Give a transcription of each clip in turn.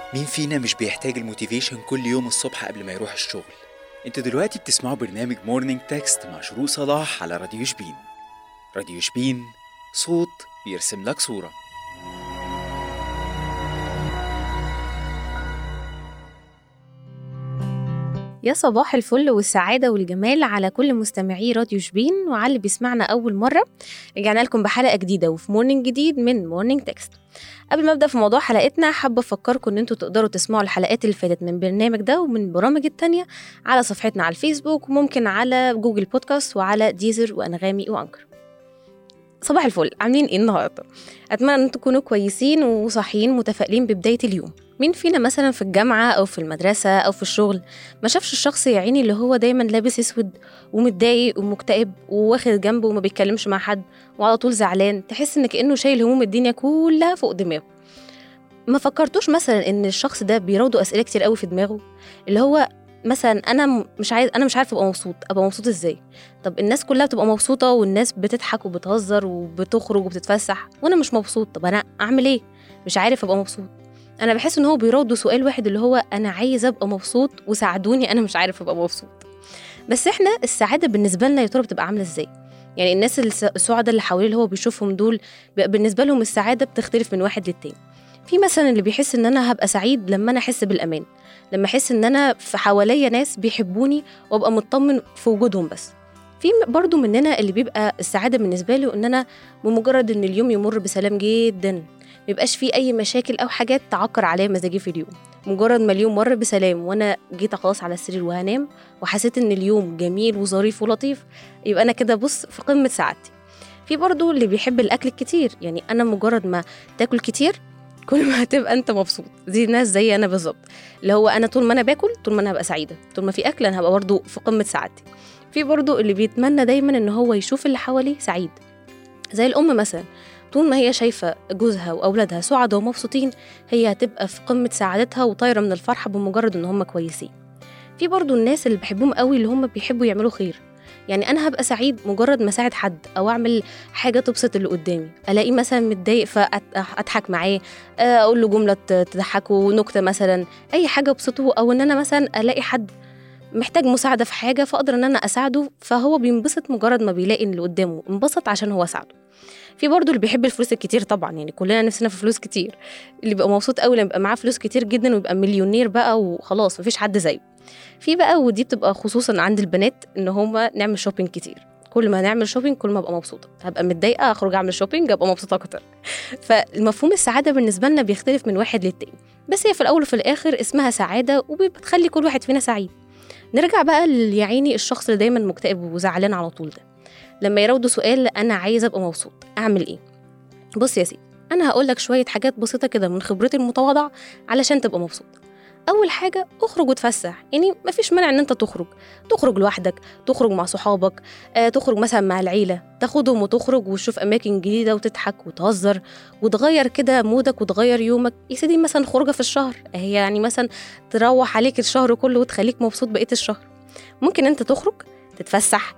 مين فينا مش بيحتاج الموتيفيشن كل يوم الصبح قبل ما يروح الشغل؟ انتوا دلوقتي بتسمعوا برنامج مورنينج تكست مع شروق صلاح على راديو شبين. راديو شبين، صوت بيرسم لك صورة. يا صباح الفل والسعادة والجمال على كل مستمعي راديو شبين وعلى اللي بيسمعنا أول مرة. رجعنا لكم بحلقة جديدة وفي مورنينج جديد من مورنينج تكست. قبل ما أبدأ في موضوع حلقتنا حابة أفكركم أن انتوا تقدروا تسمعوا الحلقات اللي فاتت من برنامج ده ومن البرامج التانية على صفحتنا على الفيسبوك وممكن على جوجل بودكاست وعلى ديزر وأنغامي وأنكر. صباح الفل، عاملين إيه النهاردة؟ أتمنى أن تكونوا كويسين وصحيين متفائلين ببداية اليوم. مين فينا مثلا في الجامعة أو في المدرسة أو في الشغل ما شافش الشخص يا عيني اللي هو دايما لابس اسود ومتضايق ومكتئب وواخد جنبه وما بيتكلمش مع حد وعلى طول زعلان، تحس إن كأنه شايل هموم الدنيا كلها فوق دماغه؟ ما فكرتوش مثلا إن الشخص ده بيراوده أسئلة كتير قوي في دماغه، اللي هو مثلا أنا مش عارف أبقى مبسوط إزاي؟ طب الناس كلها بتبقى مبسوطة والناس بتضحك وبتهزر وبتخرج وبتتفسح وأنا مش مبسوط، طب أنا أعمل إيه؟ مش عارف أبقى مبسوط. أنا بحس إن هو بيراودوا سؤال واحد اللي هو أنا عايز أبقى مبسوط وساعدوني، أنا مش عارف أبقى مبسوط. بس إحنا السعادة بالنسبة لنا يا ترى بتبقى عاملة إزاي؟ يعني الناس السعداء اللي حواليه اللي هو بيشوفهم دول بالنسبة لهم السعادة بتختلف من واحد للتاني. في مثلا اللي بيحس إن أنا هبقى سعيد لما أنا أحس بالأمان، لما أحس إن أنا في حواليا ناس بيحبوني وأبقى مطمن في وجودهم. بس في برضو مننا اللي بيبقى السعادة بالنسبة له إن أنا بمجرد إن اليوم يمر بسلام جدا، ميبقاش فيه أي مشاكل أو حاجات تعكر عليا مزاجي في اليوم. مجرد ما اليوم مر بسلام وأنا جيت خلاص على السرير وهنام وحسيت إن اليوم جميل وظريف ولطيف، يبقى أنا كده بص في قمة سعادتي. في برضو اللي بيحب الأكل الكتير، يعني أنا مجرد ما تاكل كتير كل ما هتبقى أنت مبسوط. دي ناس زي أنا بالظبط، اللي هو أنا طول ما أنا باكل طول ما أنا هبقى سعيدة، طول ما في أكل أنا هبقى برضو في قمة سعادتي. في برضو اللي بيتمنى دايما إن هو يشوف اللي حواليه سعيد، زي الأم مثلا، طول ما هي شايفة جوزها وأولادها سعداء ومبسوطين هي هتبقى في قمة سعادتها وطايرة من الفرحة بمجرد إن هم كويسين. في برضو الناس اللي بحبهم قوي اللي هم بيحبوا يعملوا خير، يعني أنا هبقى سعيد مجرد ما أساعد حد أو أعمل حاجة تبسط اللي قدامي، ألاقيه مثلا متضايق فأضحك معاه، أقول له جملة تضحكه، نكتة مثلا، أي حاجة تبسطه، أو إن أنا مثلا ألاقي حد محتاج مساعدة في حاجة فأقدر إن أنا أساعده، فهو بينبسط مجرد ما بيلاقي إن اللي قدامه انبسط عشان هو ساعده. في برضو اللي بيحب الفلوس الكتير طبعا، يعني كلنا نفسنا في فلوس كتير، اللي بيبقى مبسوط قوي لما يبقى معاه فلوس كتير جدا ويبقى مليونير بقى وخلاص مفيش حد زيه. في بقى ودي بتبقى خصوصا عند البنات ان هما نعمل شوبينج كتير، كل ما نعمل شوبينج كل ما ابقى مبسوطه، هبقى متضايقه اخرج اعمل شوبينج ابقى مبسوطه اكتر. فالمفهوم السعاده بالنسبه لنا بيختلف من واحد للتاني، بس هي في الاول وفي الاخر اسمها سعاده وبتخلي كل واحد فينا سعيد. نرجع بقى يعيني الشخص اللي دايما مكتئب وزعلان على طول ده، لما يراودوا سؤال انا عايز ابقى مبسوط اعمل ايه؟ بص يا سيدي، انا هقول لك شويه حاجات بسيطه كده من خبرتي المتواضعه علشان تبقى مبسوط. اول حاجه اخرج وتفسح، يعني مفيش مانع ان انت تخرج لوحدك، تخرج مع صحابك، تخرج مثلا مع العيله، تاخدهم وتخرج وتشوف اماكن جديده وتضحك وتهزر وتغير كده مودك وتغير يومك. يا سيدي مثلا خروجه في الشهر هي يعني مثلا تروح عليك الشهر كله وتخليك مبسوط بقيه الشهر. ممكن انت تخرج تتفسح،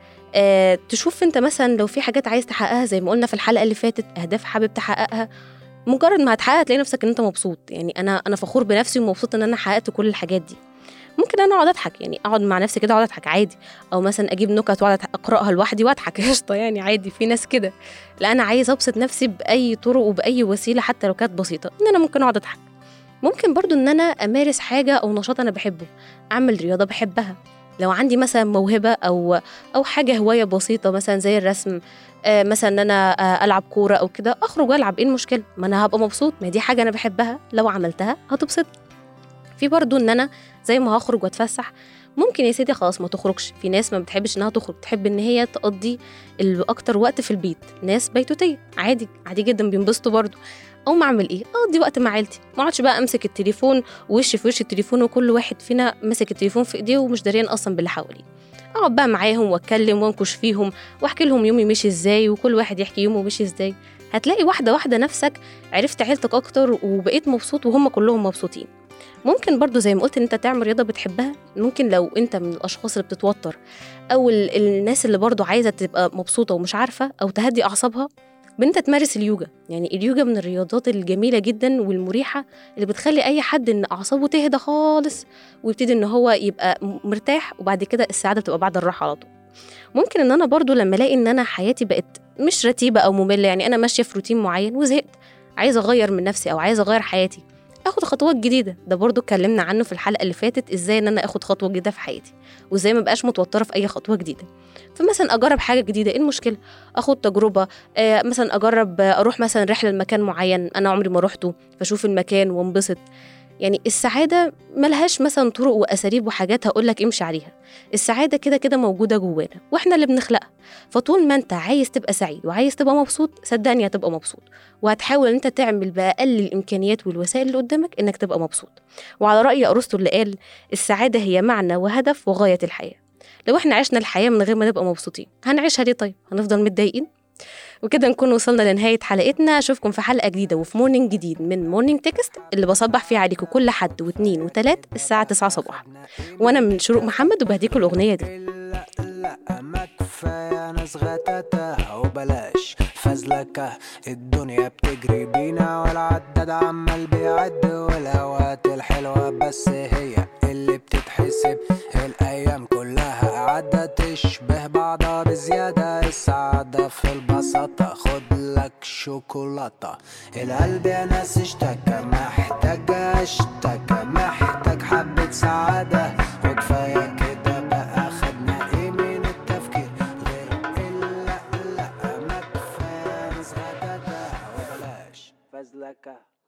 تشوف انت مثلا لو في حاجات عايز تحققها زي ما قلنا في الحلقه اللي فاتت، اهداف حابب تحققها، مجرد ما هتحقق تلاقي نفسك ان انت مبسوط. يعني انا فخور بنفسي ومبسوط ان انا حققت كل الحاجات دي. ممكن انا اقعد اضحك، يعني اقعد مع نفسي كده اقعد اضحك عادي، او مثلا اجيب نكت واقعد اقراها لوحدي واضحك قشطه، يعني عادي، في ناس كده. لا انا عايز ابسط نفسي باي طرق وباي وسيله حتى لو كانت بسيطه، ان انا ممكن اقعد اضحك. ممكن برضو ان انا امارس حاجه او نشاط انا بحبه، اعمل رياضه بحبها، لو عندي مثلا موهبه او حاجه هوايه بسيطه مثلا زي الرسم، مثلا ان انا العب كوره او كده، اخرج والعب، ايه المشكله؟ ما انا هبقى مبسوط، ما دي حاجه انا بحبها لو عملتها هتبسط. في برضو ان انا زي ما هخرج واتفسح، ممكن يا سيدي خلاص ما تخرجش. في ناس ما بتحبش انها تخرج، تحب ان هي تقضي اكتر وقت في البيت، ناس بيتوتيه عادي جدا بينبسطوا برضو. او ما اعمل ايه؟ اقضي وقت مع عيلتي، ما اقعدش بقى امسك التليفون ووش في وش التليفون وكل واحد فينا ماسك التليفون في ايديه ومش داريان اصلا باللي حواليه. اقعد بقى معاهم واتكلم وانكش فيهم واحكي لهم يومي مشي ازاي وكل واحد يحكي يومه مشي ازاي. هتلاقي واحده واحده نفسك عرفت عيلتك اكتر وبقيت مبسوط وهم كلهم مبسوطين. ممكن برضو زي ما قلت ان انت تعمل رياضة بتحبها. ممكن لو انت من الاشخاص اللي بتتوتر او الناس اللي برضو عايزة تبقى مبسوطة ومش عارفة او تهدي اعصابها، بان انت تمارس اليوجا. يعني اليوجا من الرياضات الجميله جدا والمريحه اللي بتخلي اي حد ان اعصابه تهدى خالص ويبتدي ان هو يبقى مرتاح، وبعد كده السعاده بتبقى بعد الراحه على طول. ممكن ان انا برضو لما الاقي ان انا حياتي بقت مش رتيبه او ممله، يعني انا ماشيه في روتين معين وزهقت، عايزه اغير من نفسي او عايزه اغير حياتي، اخد خطوات جديده. ده برضو اتكلمنا عنه في الحلقه اللي فاتت، ازاي ان انا اخد خطوه جديده في حياتي وازاي ما بقاش متوتره في اي خطوه جديده. فمثلا اجرب حاجه جديده، ايه المشكله؟ اخد تجربه، مثلا اجرب اروح مثلا رحله لمكان معين انا عمري ما روحته، فاشوف المكان وانبسط. يعني السعاده ملهاش مثلا طرق واساليب وحاجات هقولك امشي عليها، السعاده كده كده موجوده جوانا واحنا اللي بنخلقها. فطول ما انت عايز تبقى سعيد وعايز تبقى مبسوط، صدقني هتبقى مبسوط، وهتحاول ان انت تعمل باقل الامكانيات والوسائل اللي قدامك انك تبقى مبسوط. وعلى راي ارسطو اللي قال السعاده هي معنى وهدف وغايه الحياه. لو احنا عشنا الحياه من غير ما نبقى مبسوطين هنعيشها ليه؟ طيب هنفضل متضايقين؟ وكده نكون وصلنا لنهاية حلقتنا. أشوفكم في حلقة جديدة وفي مورنينج جديد من مورنينج تكست اللي بصبح فيه عليكم كل حد واثنين وثلاث الساعة 9 صباحا. وأنا من شروق محمد وبهديكم الأغنية دي. لا ما كفاية ناس غتاتة وبلاش فزلكة، الدنيا بتجري بينا والعداد عمال بيعد، والأوقات الحلوة بس هي اللي بتتحسب، الأيام كلها قاعدة تشبه بعضها بزيادة، السعادة في البساطة خد لك شوكولاتة، القلب يا ناس اشتكى محتاج حبة سعادة، وكفاية كده بقى خدنا ايه من التفكير غير إلا ما كفاية ناس غتاتة وبلاش فزلكة.